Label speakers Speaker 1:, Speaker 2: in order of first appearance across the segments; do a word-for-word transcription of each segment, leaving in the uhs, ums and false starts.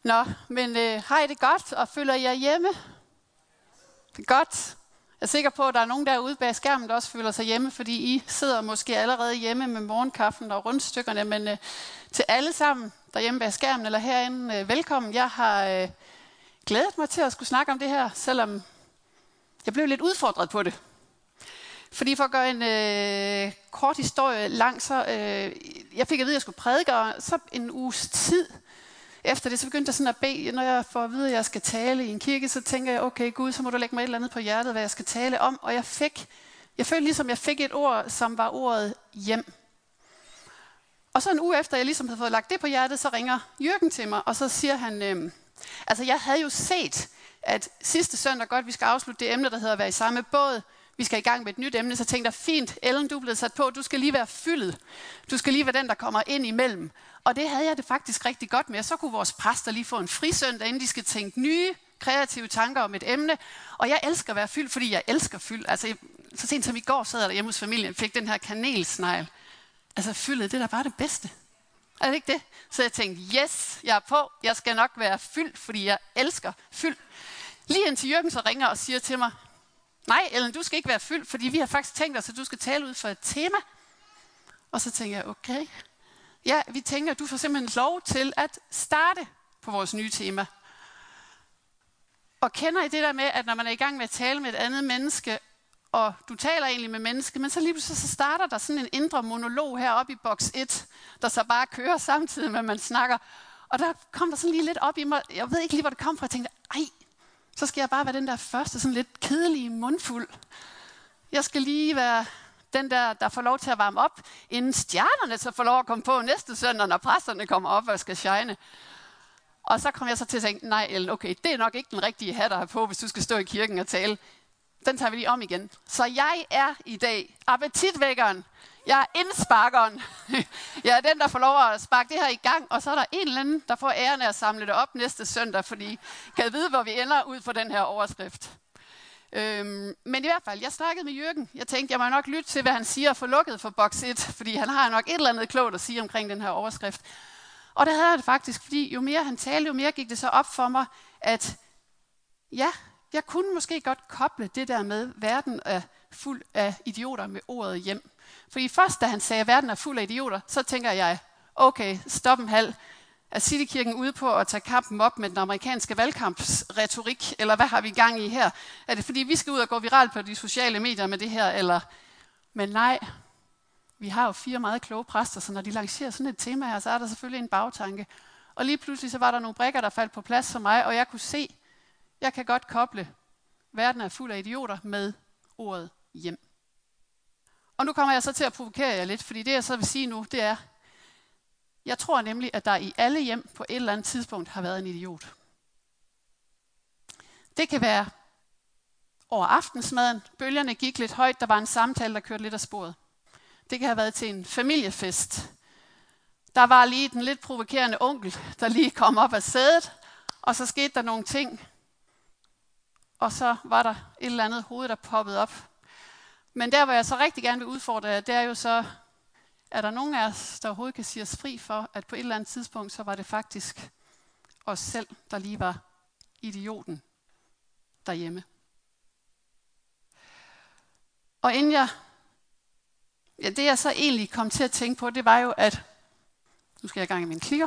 Speaker 1: Nå, men øh, har I det godt, og føler I jer hjemme? Det er godt. Jeg er sikker på, at der er nogen derude bag skærmen, der også føler sig hjemme, fordi I sidder måske allerede hjemme med morgenkaffen og rundstykkerne. Men øh, til alle sammen derhjemme bag skærmen eller herinde, øh, velkommen. Jeg har øh, glædet mig til at skulle snakke om det her, selvom jeg blev lidt udfordret på det. Fordi for at gøre en øh, kort historie lang, så øh, jeg fik at vide, at jeg skulle prædike, og så en uges tid efter det, så begyndte jeg sådan at bede, når jeg får at vide, at jeg skal tale i en kirke, så tænker jeg, okay Gud, så må du lægge mig et eller andet på hjertet, hvad jeg skal tale om. Og jeg fik, jeg følte ligesom, jeg fik et ord, som var ordet hjem. Og så en uge efter, jeg ligesom havde fået lagt det på hjertet, så ringer Jürgen til mig, og så siger han, øh, altså jeg havde jo set, at sidste søndag, godt vi skal afslutte det emne, der hedder at være i samme båd. Vi skal i gang med et nyt emne, så tænkte jeg, fint, Ellen, du er blevet sat på, du skal lige være fyldet. Du skal lige være den, der kommer ind imellem. Og det havde jeg det faktisk rigtig godt med. Så kunne vores præster lige få en frisøndag, inden de skal tænke nye, kreative tanker om et emne. Og jeg elsker at være fyldt, fordi jeg elsker fyld. Altså, så sent som i går sad jeg der hjemme hos familien, fik den her kanelsnegl. Altså, fyldet, det er da bare det bedste. Er det ikke det? Så jeg tænkte, yes, jeg er på. Jeg skal nok være fyldt, fordi jeg elsker fyld. Lige indtil Jürgen så ringer og siger til mig, nej, Ellen, du skal ikke være fyldt, fordi vi har faktisk tænkt os, at du skal tale ud for et tema. Og så tænker jeg, okay. Ja, vi tænker, at du får simpelthen lov til at starte på vores nye tema. Og kender I det der med, at når man er i gang med at tale med et andet menneske, og du taler egentlig med menneske, men så lige pludselig så starter der sådan en indre monolog heroppe i boks et, der så bare kører samtidig med, at man snakker. Og der kom der sådan lige lidt op i mig, jeg ved ikke lige, hvor det kom fra, jeg tænkte, ej, så skal jeg bare være den der første, sådan lidt kedelige mundfuld. Jeg skal lige være den der, der får lov til at varme op, inden stjernerne så får lov at komme på næste søndag, når præsterne kommer op og skal shine. Og så kom jeg så til at tænke, nej Ellen, okay, det er nok ikke den rigtige hat at have på, hvis du skal stå i kirken og tale. Den tager vi lige om igen. Så jeg er i dag appetitvækkeren. Jeg er indsparkeren. Jeg er den, der får lov at sparke det her i gang, og så er der en eller anden, der får æren af at samle det op næste søndag, fordi kan jeg vide, hvor vi ender ud for den her overskrift. Øhm, men i hvert fald, jeg snakkede med Jürgen. Jeg tænkte, jeg må nok lytte til, hvad han siger og få lukket for boks et, fordi han har nok et eller andet klogt at sige omkring den her overskrift. Og det havde jeg det faktisk, fordi jo mere han talte, jo mere gik det så op for mig, at ja, jeg kunne måske godt koble det der med, at verden er fuld af idioter med ordet hjem. Fordi først, da han sagde, at verden er fuld af idioter, så tænker jeg, okay, stop en halv. Er Citykirken ude på at tage kampen op med den amerikanske valgkampsretorik, eller hvad har vi gang i her? Er det fordi, vi skal ud og gå viralt på de sociale medier med det her, eller? Men nej, vi har jo fire meget kloge præster, så når de lancerer sådan et tema her, så er der selvfølgelig en bagtanke. Og lige pludselig så var der nogle brikker, der faldt på plads for mig, og jeg kunne se, jeg kan godt koble, verden er fuld af idioter med ordet hjem. Og nu kommer jeg så til at provokere jer lidt, fordi det jeg så vil sige nu, det er, jeg tror nemlig, at der i alle hjem på et eller andet tidspunkt har været en idiot. Det kan være over aftensmaden, bølgerne gik lidt højt, der var en samtale, der kørte lidt af sporet. Det kan have været til en familiefest. Der var lige den lidt provokerende onkel, der lige kom op af sædet, og så skete der nogle ting, og så var der et eller andet hoved, der poppede op. Men der, hvor jeg så rigtig gerne vil udfordre jer, det er jo så, er der nogen af os, der overhovedet kan sige os fri for, at på et eller andet tidspunkt, så var det faktisk os selv, der lige var idioten derhjemme. Og inden jeg, ja, det jeg så egentlig kom til at tænke på, det var jo, at, nu skal jeg i gang i min klikker.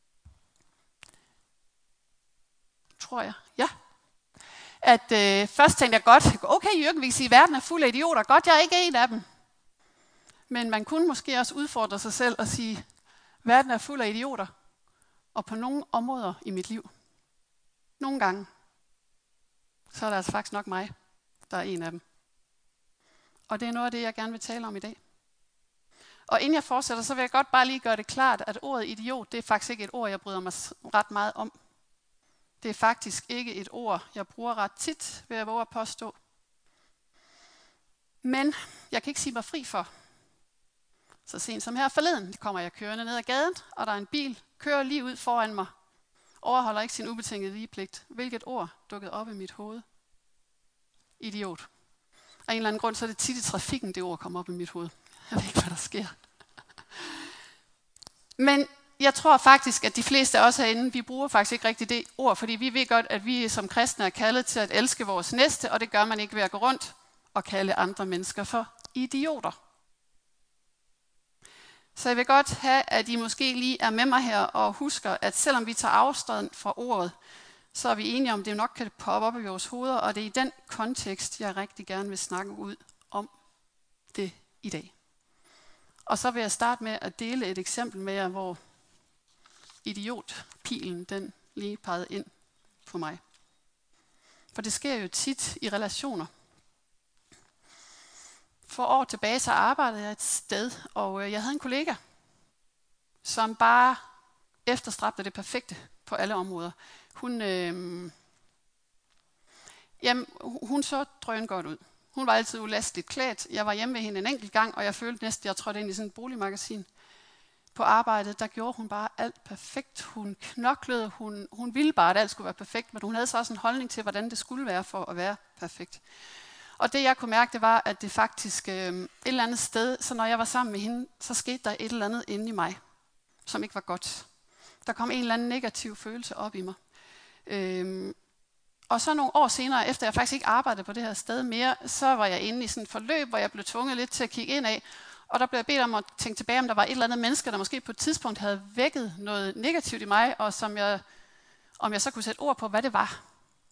Speaker 1: Tror jeg, ja. At øh, først tænkte jeg godt, okay Jürgen, vi kan sige, at verden er fuld af idioter. Godt, jeg er ikke en af dem. Men man kunne måske også udfordre sig selv og sige, at verden er fuld af idioter. Og på nogle områder i mit liv, nogle gange, så er det altså faktisk nok mig, der er en af dem. Og det er noget af det, jeg gerne vil tale om i dag. Og inden jeg fortsætter, så vil jeg godt bare lige gøre det klart, at ordet idiot, det er faktisk ikke et ord, jeg bryder mig ret meget om. Det er faktisk ikke et ord, jeg bruger ret tit, vil jeg våge at påstå. Men jeg kan ikke sige mig fri for. Så sent som her forleden kommer jeg kørende ned ad gaden, og der er en bil, kører lige ud foran mig. Overholder ikke sin ubetingede vigepligt. Hvilket ord dukkede op i mit hoved? Idiot. Af en eller anden grund, så er det tit i trafikken, det ord kommer op i mit hoved. Jeg ved ikke, hvad der sker. Men jeg tror faktisk, at de fleste af os herinde, vi bruger faktisk ikke rigtig det ord, fordi vi ved godt, at vi som kristne er kaldet til at elske vores næste, og det gør man ikke ved at gå rundt og kalde andre mennesker for idioter. Så jeg vil godt have, at I måske lige er med mig her og husker, at selvom vi tager afstand fra ordet, så er vi enige om, at det nok kan poppe op i vores hoveder, og det er i den kontekst, jeg rigtig gerne vil snakke ud om det i dag. Og så vil jeg starte med at dele et eksempel med jer, hvor idiotpilen den lige pegede ind på mig. For det sker jo tit i relationer. For år tilbage så arbejdede jeg et sted, og jeg havde en kollega, som bare efterstræbte det perfekte på alle områder. Hun, øh, jamen, hun så drøn godt ud. Hun var altid ulasteligt klædt. Jeg var hjemme ved hende en enkelt gang, og jeg følte næsten, at jeg trådte ind i sådan et boligmagasin. På arbejdet, der gjorde hun bare alt perfekt. Hun knoklede, hun, hun ville bare, at alt skulle være perfekt, men hun havde så også en holdning til, hvordan det skulle være for at være perfekt. Og det jeg kunne mærke, det var, at det faktisk øh, et eller andet sted, så når jeg var sammen med hende, så skete der et eller andet inde i mig, som ikke var godt. Der kom en eller anden negativ følelse op i mig. Øh, og så nogle år senere, efter jeg faktisk ikke arbejdede på det her sted mere, så var jeg inde i sådan et forløb, hvor jeg blev tvunget lidt til at kigge ind af, og der blev jeg bedt om at tænke tilbage, om der var et eller andet menneske, der måske på et tidspunkt havde vækket noget negativt i mig, og som jeg, om jeg så kunne sætte ord på, hvad det var.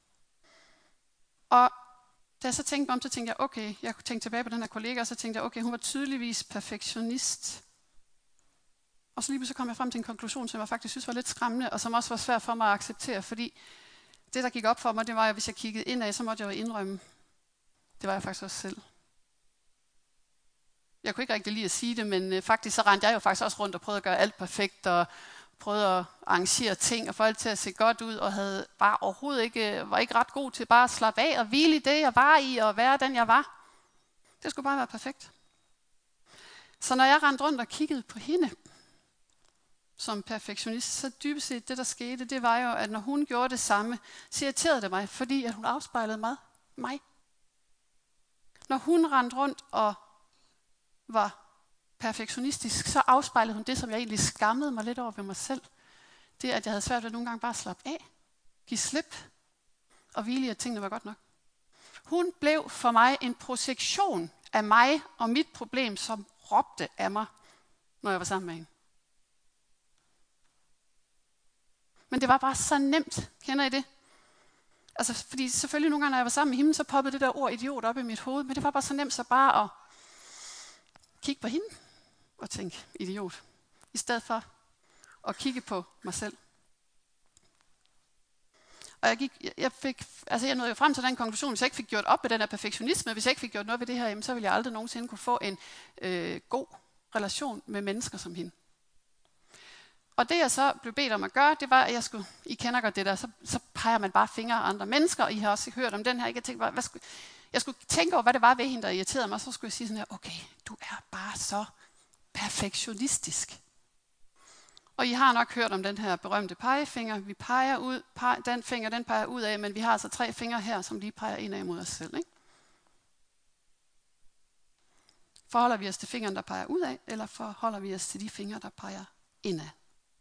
Speaker 1: Og da jeg så tænkte mig om, så tænkte jeg, okay, jeg kunne tænke tilbage på den her kollega, og så tænkte jeg, okay, hun var tydeligvis perfektionist. Og så lige så kom jeg frem til en konklusion, som jeg faktisk synes var lidt skræmmende, og som også var svært for mig at acceptere, fordi det, der gik op for mig, det var, at hvis jeg kiggede indad, så måtte jeg jo indrømme, det var jeg faktisk også selv. Jeg kunne ikke rigtig lide at sige det, men øh, faktisk så rendte jeg jo faktisk også rundt og prøvede at gøre alt perfekt, og prøvede at arrangere ting og få alt til at se godt ud, og havde bare overhovedet ikke, var ikke ret god til bare at slappe af og hvile i det, jeg var i, og være den, jeg var. Det skulle bare være perfekt. Så når jeg rendte rundt og kiggede på hende som perfektionist, så dybest set det, der skete, det var jo, at når hun gjorde det samme, så irriterede det mig, fordi at hun afspejlede mig. mig. Når hun rendte rundt og var perfektionistisk, så afspejlede hun det, som jeg egentlig skammede mig lidt over ved mig selv. Det, at jeg havde svært ved at nogle gange bare slappe af, give slip og hvile i, at tingene var godt nok. Hun blev for mig en projektion af mig og mit problem, som råbte af mig, når jeg var sammen med hende. Men det var bare så nemt. Kender I det? Altså, fordi selvfølgelig nogle gange, når jeg var sammen med hende, så poppede det der ord idiot op i mit hoved, men det var bare så nemt så bare at kigge på hende og tænke idiot, i stedet for at kigge på mig selv. Og jeg, gik, jeg, fik, altså jeg nåede jo frem til den konklusion, hvis jeg ikke fik gjort op med den her perfektionisme, hvis jeg ikke fik gjort noget ved det her, jamen, så ville jeg aldrig nogensinde kunne få en øh, god relation med mennesker som hende. Og det jeg så blev bedt om at gøre, det var, at jeg skulle, I kender godt det der, så, så peger man bare fingre af andre mennesker, og I har også hørt om den her, ikke? Jeg tænkte, hvad skulle, jeg skulle tænke over, hvad det var ved hende, der irriterede mig, og så skulle jeg sige sådan her, okay, du er bare så perfektionistisk. Og I har nok hørt om den her berømte pegefinger. Vi peger ud, pege, den finger, den peger ud af, men vi har altså tre fingre her, som lige peger indad mod os selv. Ikke? Forholder vi os til fingeren, der peger ud af, eller forholder vi os til de fingre, der peger indad?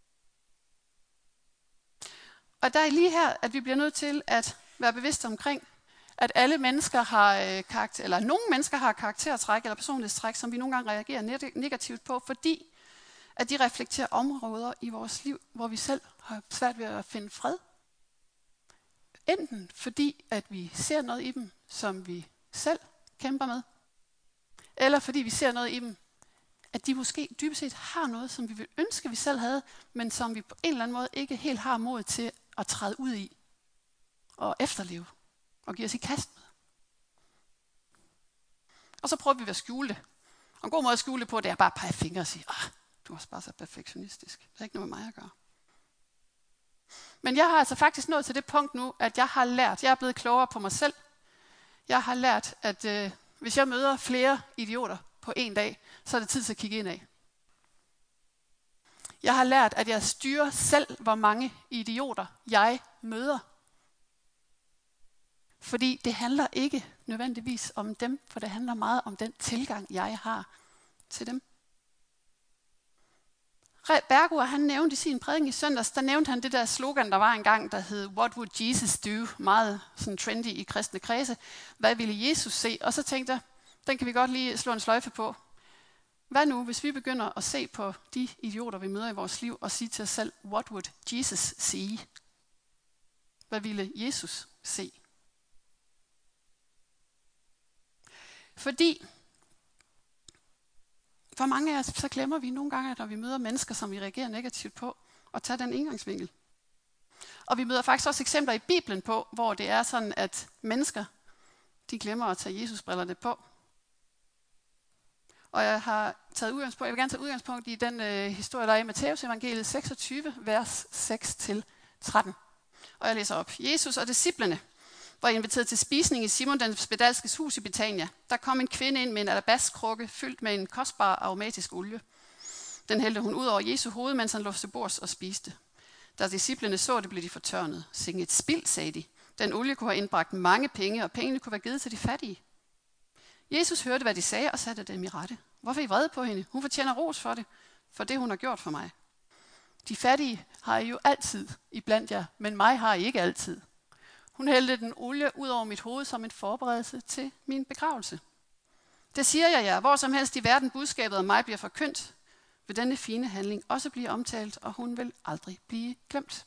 Speaker 1: Og der er lige her, at vi bliver nødt til at være bevidste omkring, at alle mennesker har øh, karakter, eller nogle mennesker har karaktertræk eller personlighedstræk, som vi nogle gange reagerer negativt på, fordi at de reflekterer områder i vores liv, hvor vi selv har svært ved at finde fred. Enten fordi, at vi ser noget i dem, som vi selv kæmper med, eller fordi vi ser noget i dem, at de måske dybest set har noget, som vi vil ønske, vi selv havde, men som vi på en eller anden måde ikke helt har mod til at træde ud i og efterleve og give os i kast med. Og så prøver vi at skjule det. Og en god måde at skjule det på, det er bare at pege fingre og sige, ah, du er også bare så perfektionistisk. Det har ikke noget med mig at gøre. Men jeg har altså faktisk nået til det punkt nu, at jeg har lært, jeg er blevet klogere på mig selv. Jeg har lært, at øh, hvis jeg møder flere idioter på en dag, så er det tid til at kigge ind af. Jeg har lært, at jeg styrer selv, hvor mange idioter jeg møder. Fordi det handler ikke nødvendigvis om dem, for det handler meget om den tilgang, jeg har til dem. Bergur, han nævnte i sin prædiken i søndags, der nævnte han det der slogan, der var engang, der hed What would Jesus do? Meget sådan trendy i kristne kredse. Hvad ville Jesus se? Og så tænkte jeg, den kan vi godt lige slå en sløjfe på. Hvad nu, hvis vi begynder at se på de idioter, vi møder i vores liv, og sige til os selv, what would Jesus see? Hvad ville Jesus se? Fordi for mange af os, så glemmer vi nogle gange, at når vi møder mennesker, som vi reagerer negativt på, at tage den indgangsvinkel. Og vi møder faktisk også eksempler i Bibelen på, hvor det er sådan, at mennesker, de glemmer at tage Jesusbrillerne på. Og jeg har taget udgangspunkt, jeg vil gerne tage udgangspunkt i den øh, historie, der er i Matteus evangeliet seksogtyve, vers seks til tretten. Og jeg læser op. Jesus og disciplene var inviteret til spisning i Simon den spedalskes hus i Betania. Der kom en kvinde ind med en alabastkrukke fyldt med en kostbar aromatisk olie. Den hældte hun ud over Jesu hoved, mens han lå til bords og spiste. Da disciplene så det, blev de fortørnet. Sikke et spild, sagde de. Den olie kunne have indbragt mange penge, og pengene kunne være givet til de fattige. Jesus hørte, hvad de sagde, og satte dem i rette. Hvorfor er I vrede på hende? Hun fortjener ros for det, for det hun har gjort for mig. De fattige har I jo altid iblandt jer, men mig har I ikke altid. Hun hældte den olie ud over mit hoved som en forberedelse til min begravelse. Det siger jeg jer, hvor som helst i verden budskabet om mig bliver forkyndt, vil denne fine handling også blive omtalt, og hun vil aldrig blive glemt.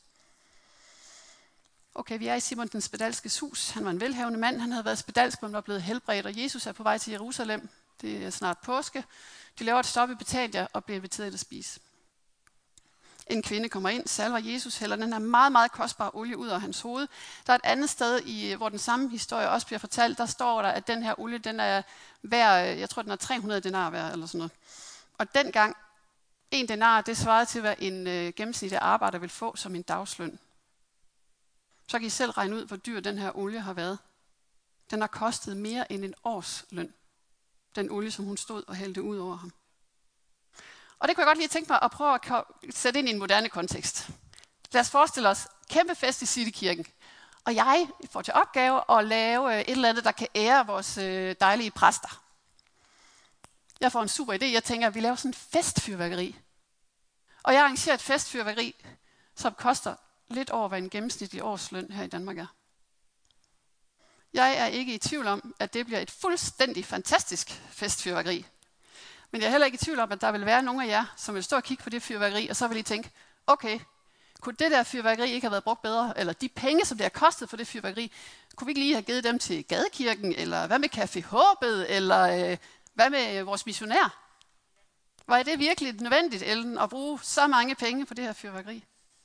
Speaker 1: Okay, vi er i Simon den spedalskes hus. Han var en velhavende mand. Han havde været spedalsk, men var blevet helbredt, og Jesus er på vej til Jerusalem. Det er snart påske. De laver et stop i Betania og bliver inviteret til at spise. En kvinde kommer ind, salver Jesus, hælder den her meget, meget kostbare olie ud af hans hoved. Der er et andet sted, i, hvor den samme historie også bliver fortalt. Der står der, at den her olie, den er værd, jeg tror, den er tre hundrede denar værd, eller sådan noget. Og dengang, en denar, det svarede til, hvad en øh, gennemsnitlig arbejder vil få som en dagsløn. Så kan I selv regne ud, hvor dyr den her olie har været. Den har kostet mere end en års løn. Den olie, som hun stod og hældte ud over ham. Og det kunne jeg godt lige tænke mig at prøve at sætte ind i en moderne kontekst. Lad os forestille os kæmpe fest i Citykirken. Og jeg får til opgave at lave et eller andet, der kan ære vores dejlige præster. Jeg får en super idé. Jeg tænker, at vi laver sådan en festfyrværkeri. Og jeg arrangerer et festfyrværkeri, som koster lidt over, hvad en gennemsnitlig årsløn her i Danmark er. Jeg er ikke i tvivl om, at det bliver et fuldstændig fantastisk festfyrværkeri. Men jeg er heller ikke i tvivl om, at der vil være nogle af jer, som vil stå og kigge på det fyrværkeri, og så vil I tænke, okay, kunne det der fyrværkeri ikke have været brugt bedre? Eller de penge, som det har kostet for det fyrværkeri, kunne vi ikke lige have givet dem til Gadekirken? Eller hvad med Café Håbet? Eller øh, hvad med vores missionær? Var det virkelig nødvendigt, Ellen, at bruge så mange penge på det her fyrværkeri?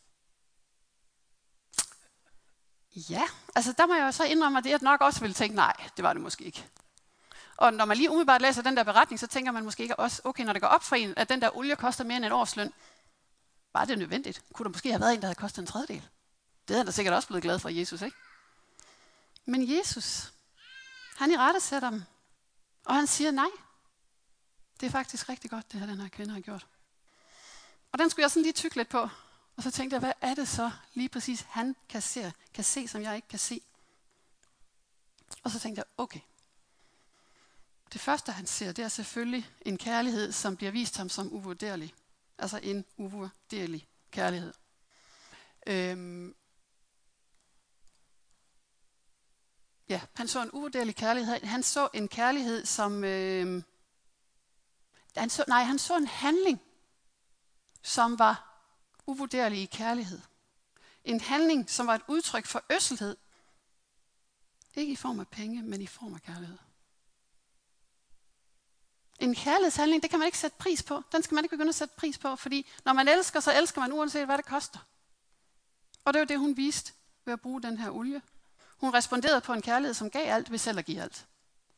Speaker 1: Ja, altså der må jeg jo så indrømme, at det jeg nok også ville tænke, nej, det var det måske ikke. Og når man lige umiddelbart læser den der beretning, så tænker man måske ikke også, okay, når det går op for en, at den der olie koster mere end en årsløn, var det nødvendigt? Kunne der måske have været en, der havde kostet en tredjedel? Det havde han da sikkert også blevet glad for Jesus, ikke? Men Jesus, han irettesætter dem, og han siger nej. Det er faktisk rigtig godt, det her den her kvinde har gjort. Og den skulle jeg sådan lige tykke lidt på. Og så tænkte jeg, hvad er det så lige præcis, han kan se, kan se, som jeg ikke kan se? Og så tænkte jeg, okay. Det første, han ser, det er selvfølgelig en kærlighed, som bliver vist ham som uvurderlig. Altså en uvurderlig kærlighed. Øhm ja, han så en uvurderlig kærlighed. Han så en kærlighed, som... Øh han så, nej, han så en handling, som var uvurderlig i kærlighed. En handling, som var et udtryk for øsselhed. Ikke i form af penge, men i form af kærlighed. En kærlighedshandling, det kan man ikke sætte pris på. Den skal man ikke begynde at sætte pris på, fordi når man elsker, så elsker man uanset hvad det koster. Og det var det, hun viste ved at bruge den her olie. Hun responderede på en kærlighed, som gav alt ved selv at give alt.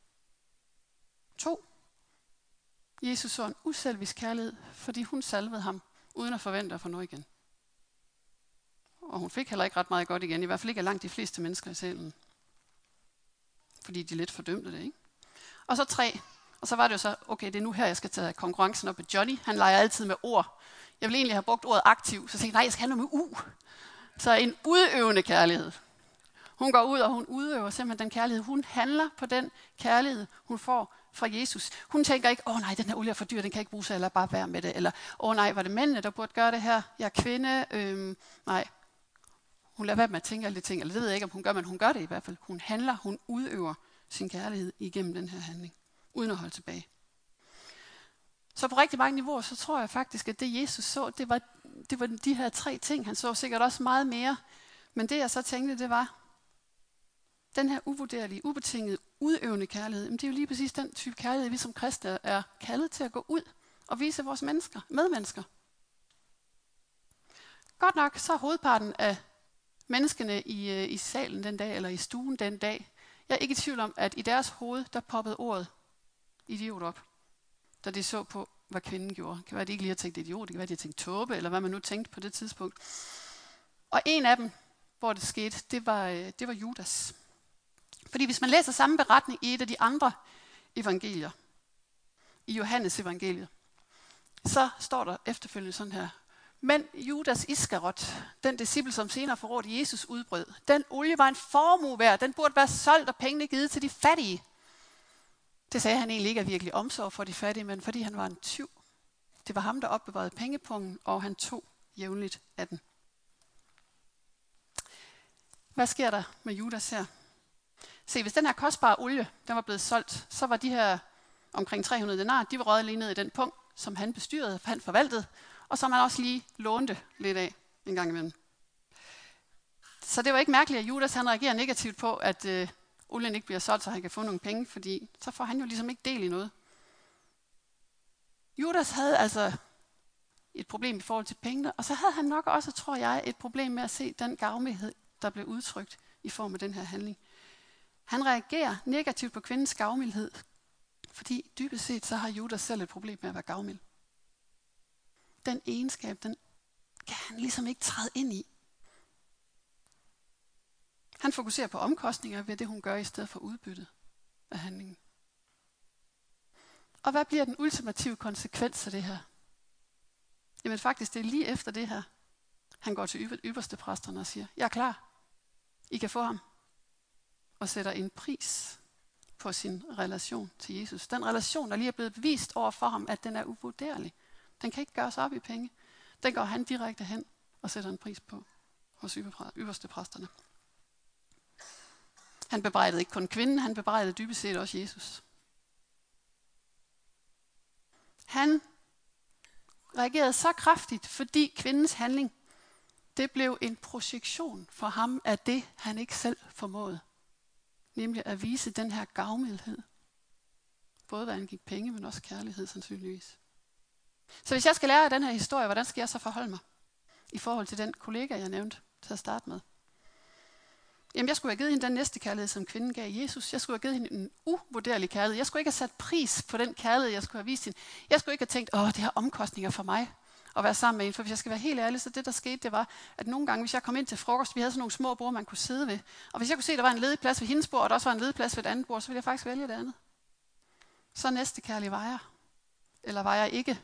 Speaker 1: To. Jesus så en uselvisk kærlighed, fordi hun salvede ham, uden at forvente at få noget igen. Og hun fik heller ikke ret meget godt igen, i hvert fald ikke langt de fleste mennesker i salen. Fordi de lidt fordømte det, ikke? Og så tre. Og så var det jo så, okay, det er nu her, jeg skal tage konkurrencen op med Johnny. Han leger altid med ord. Jeg vil egentlig have brugt ordet aktiv, så tænkte jeg, nej, jeg skal have noget med U. Så en udøvende kærlighed. Hun går ud, og hun udøver simpelthen den kærlighed. Hun handler på den kærlighed, hun får fra Jesus. Hun tænker ikke, åh oh, nej, den her olie er for dyr, den kan ikke bruge sig, eller bare være med det. Eller, åh oh, nej, var det mændene, der burde gøre det her? Jeg er kvinde. Øhm, nej, hun lader være med at tænke alle de ting. Eller det ved jeg ikke, om hun gør, men hun gør det i hvert fald. Hun handler, hun udøver sin kærlighed igennem den her handling, uden at holde tilbage. Så på rigtig mange niveauer, så tror jeg faktisk, at det Jesus så, det var, det var de her tre ting. Han så sikkert også meget mere. Men det jeg så tænkte, det var, den her uvurderlige, ubetingede, udøvende kærlighed, jamen det er jo lige præcis den type kærlighed, vi som kristne er kaldet til at gå ud og vise vores mennesker, medmennesker. Godt nok, så er hovedparten af menneskene i, i salen den dag, eller i stuen den dag, jeg er ikke i tvivl om, at i deres hoved, der poppede ordet idiot op, da de så på, hvad kvinden gjorde. Det kan være, at de ikke lige har tænkt idiot, det kan være, at de har tænkt tåbe, eller hvad man nu tænkte på det tidspunkt. Og en af dem, hvor det skete, det var, det var Judas. Fordi hvis man læser samme beretning i et af de andre evangelier, i Johannes evangeliet, så står der efterfølgende sådan her. Men Judas Iskariot, den disciple, som senere forrådte Jesus, udbrød, den olie var en formue værd, den burde være solgt og pengene givet til de fattige. Det sagde han egentlig ikke af virkelig omsorg for de fattige, men fordi han var en tyv. Det var ham, der opbevarede pengepungen, og han tog jævnligt af den. Hvad sker der med Judas her? Se, hvis den her kostbare olie, den var blevet solgt, så var de her omkring tre hundrede denar, de var røget lige ned i den punkt, som han bestyrede, han forvaltede, og som han også lige lånte lidt af en gang imellem. Så det var ikke mærkeligt, at Judas han reagerer negativt på, at øh, olien ikke bliver solgt, så han kan få nogle penge, fordi så får han jo ligesom ikke del i noget. Judas havde altså et problem i forhold til pengene, og så havde han nok også, tror jeg, et problem med at se den gavmildhed, der blev udtrykt i form af den her handling. Han reagerer negativt på kvindens gavmildhed, fordi dybest set så har Judas selv et problem med at være gavmild. Den egenskab, den kan han ligesom ikke træde ind i. Han fokuserer på omkostninger ved det, hun gør, i stedet for udbyttet af handlingen. Og hvad bliver den ultimative konsekvens af det her? Jamen faktisk, det er lige efter det her, han går til ypperste præsterne og siger, jeg er klar, I kan få ham. Og sætter en pris på sin relation til Jesus. Den relation, der lige er blevet bevist over for ham, at den er uvurderlig. Den kan ikke gøres op i penge. Den går han direkte hen og sætter en pris på hos ypperste præsterne. Han bebrejdede ikke kun kvinden, han bebrejdede dybest set også Jesus. Han reagerede så kraftigt, fordi kvindens handling, det blev en projektion for ham af det, han ikke selv formåede. Nemlig at vise den her gavmildhed. Både hvad angik penge, men også kærlighed sandsynligvis. Så hvis jeg skal lære af den her historie, hvordan skal jeg så forholde mig? I forhold til den kollega, jeg nævnte til at starte med. Jamen, jeg skulle have givet hende den næste kærlighed, som kvinden gav Jesus. Jeg skulle have givet hende en uvurderlig kærlighed. Jeg skulle ikke have sat pris på den kærlighed, jeg skulle have vist hende. Jeg skulle ikke have tænkt, åh, det har omkostninger for mig at være sammen med hende. For hvis jeg skal være helt ærlig, så det, der skete, det var, at nogle gange, hvis jeg kom ind til frokost, vi havde sådan nogle små bord, man kunne sidde ved. Og hvis jeg kunne se, at der var en ledig plads ved hendes bord, og der også var en ledig plads ved et andet bord, så ville jeg faktisk vælge det andet. Så næste kærlig var jeg. Eller var jeg ikke.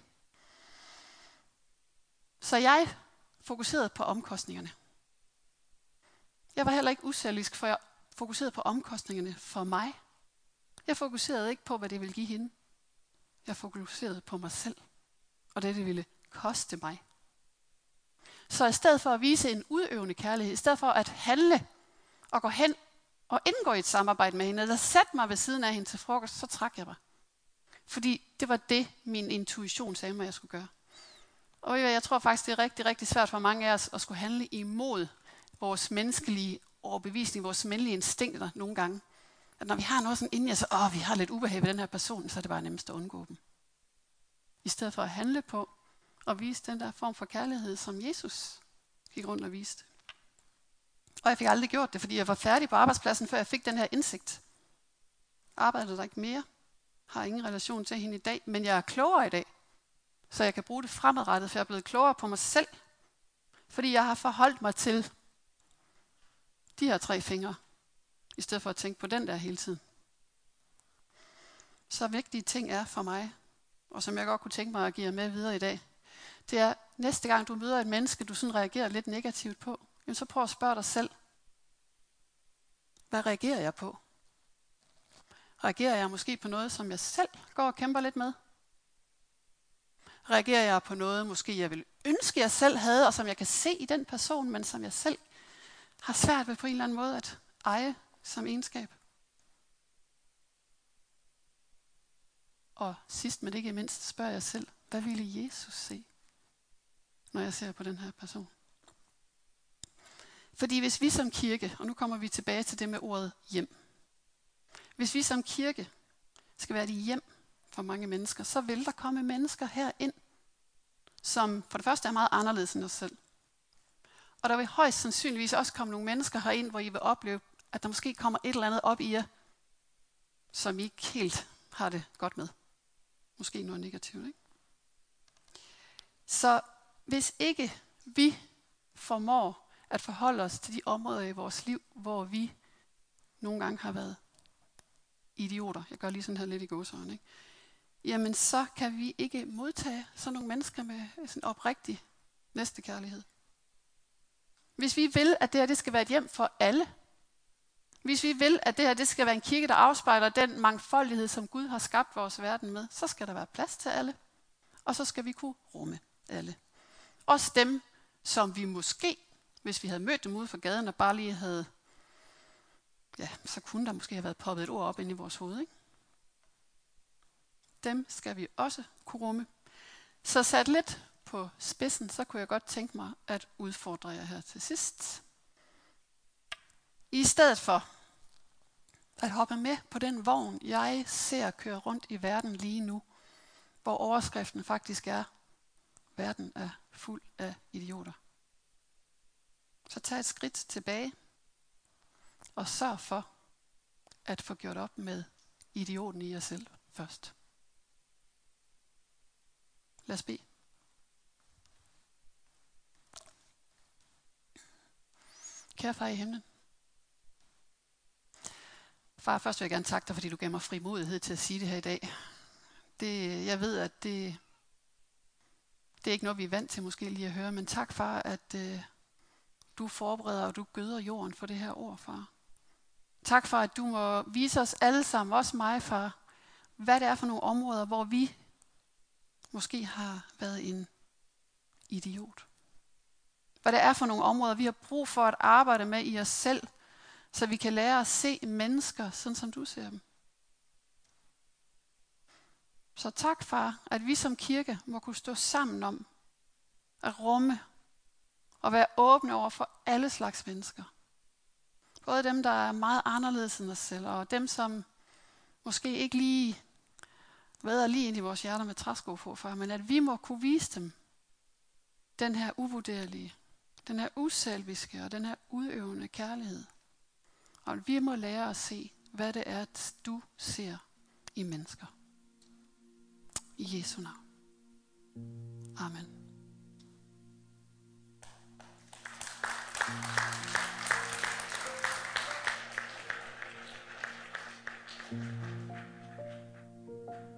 Speaker 1: Så jeg fokuserede på omkostningerne. Jeg var heller ikke uselvisk, for jeg fokuserede på omkostningerne for mig. Jeg fokuserede ikke på, hvad det ville give hende. Jeg fokuserede på mig selv, og det, det ville koste mig. Så i stedet for at vise en udøvende kærlighed, i stedet for at handle og gå hen og indgå i et samarbejde med hende, eller sætte mig ved siden af hende til frokost, så trak jeg mig. Fordi det var det, min intuition sagde mig, jeg skulle gøre. Og jeg tror faktisk, det er rigtig, rigtig svært for mange af os at skulle handle imod vores menneskelige overbevisning, vores menneskelige instinkter nogle gange. At når vi har noget sådan inden jeg så, åh, vi har lidt ubehag ved den her person, så er det bare nemmest at undgå dem. I stedet for at handle på og vise den der form for kærlighed, som Jesus gik rundt og viste. Og jeg fik aldrig gjort det, fordi jeg var færdig på arbejdspladsen, før jeg fik den her indsigt. Arbejdede der ikke mere, har ingen relation til hende i dag, men jeg er klogere i dag, så jeg kan bruge det fremadrettet, for jeg er blevet klogere på mig selv, fordi jeg har forholdt mig til de her tre fingre, i stedet for at tænke på den der hele tiden. Så vigtige ting er for mig, og som jeg godt kunne tænke mig at give jer med videre i dag, det er, næste gang du møder et menneske, du sådan reagerer lidt negativt på, så prøv at spørge dig selv, hvad reagerer jeg på? Reagerer jeg måske på noget, som jeg selv går og kæmper lidt med? Reagerer jeg på noget, måske jeg vil ønske, jeg selv havde, og som jeg kan se i den person, men som jeg selv har svært ved på en eller anden måde at eje som egenskab? Og sidst, men ikke mindst, spørger jeg selv, hvad ville Jesus se, når jeg ser på den her person? Fordi hvis vi som kirke, og nu kommer vi tilbage til det med ordet hjem. Hvis vi som kirke skal være et hjem for mange mennesker, så vil der komme mennesker herind, som for det første er meget anderledes end os selv. Og der vil højst sandsynligvis også komme nogle mennesker herind, hvor I vil opleve, at der måske kommer et eller andet op i jer, som I ikke helt har det godt med. Måske noget negativt, ikke? Så hvis ikke vi formår at forholde os til de områder i vores liv, hvor vi nogle gange har været idioter, jeg gør lige sådan her lidt i gåseøjne, ikke? Jamen så kan vi ikke modtage sådan nogle mennesker med sådan oprigtig næstekærlighed. Hvis vi vil, at det her det skal være et hjem for alle, hvis vi vil, at det her det skal være en kirke, der afspejler den mangfoldighed, som Gud har skabt vores verden med, så skal der være plads til alle, og så skal vi kunne rumme alle. Også dem, som vi måske, hvis vi havde mødt dem ude for gaden og bare lige havde, ja, så kunne der måske have været poppet et ord op ind i vores hoved, ikke? Dem skal vi også kunne rumme. Så sat lidt på spidsen, så kunne jeg godt tænke mig at udfordre jer her til sidst. I stedet for at hoppe med på den vogn, jeg ser køre rundt i verden lige nu, hvor overskriften faktisk er, verden er fuld af idioter. Så tag et skridt tilbage og sørg for at få gjort op med idioten i jer selv først. Lad os bede. Kære far i himlen. Far, først vil jeg gerne takke dig, fordi du gav mig frimodighed til at sige det her i dag. Det, jeg ved, at det, det er ikke noget, vi er vant til måske lige at høre, men tak, far, at øh, du forbereder og du gøder jorden for det her ord, far. Tak, far, at du må vise os alle sammen, også mig, far, hvad det er for nogle områder, hvor vi måske har været en idiot. Hvad det er for nogle områder, vi har brug for at arbejde med i os selv, så vi kan lære at se mennesker, sådan som du ser dem. Så tak, far, at vi som kirke må kunne stå sammen om at rumme og være åbne over for alle slags mennesker. Både dem, der er meget anderledes end os selv, og dem, som måske ikke lige væder lige ind i vores hjerter med træsko på, far, men at vi må kunne vise dem den her uvurderlige, den her uselviske og den her udøvende kærlighed. Og vi må lære at se, hvad det er, at du ser i mennesker. I Jesu navn. Amen.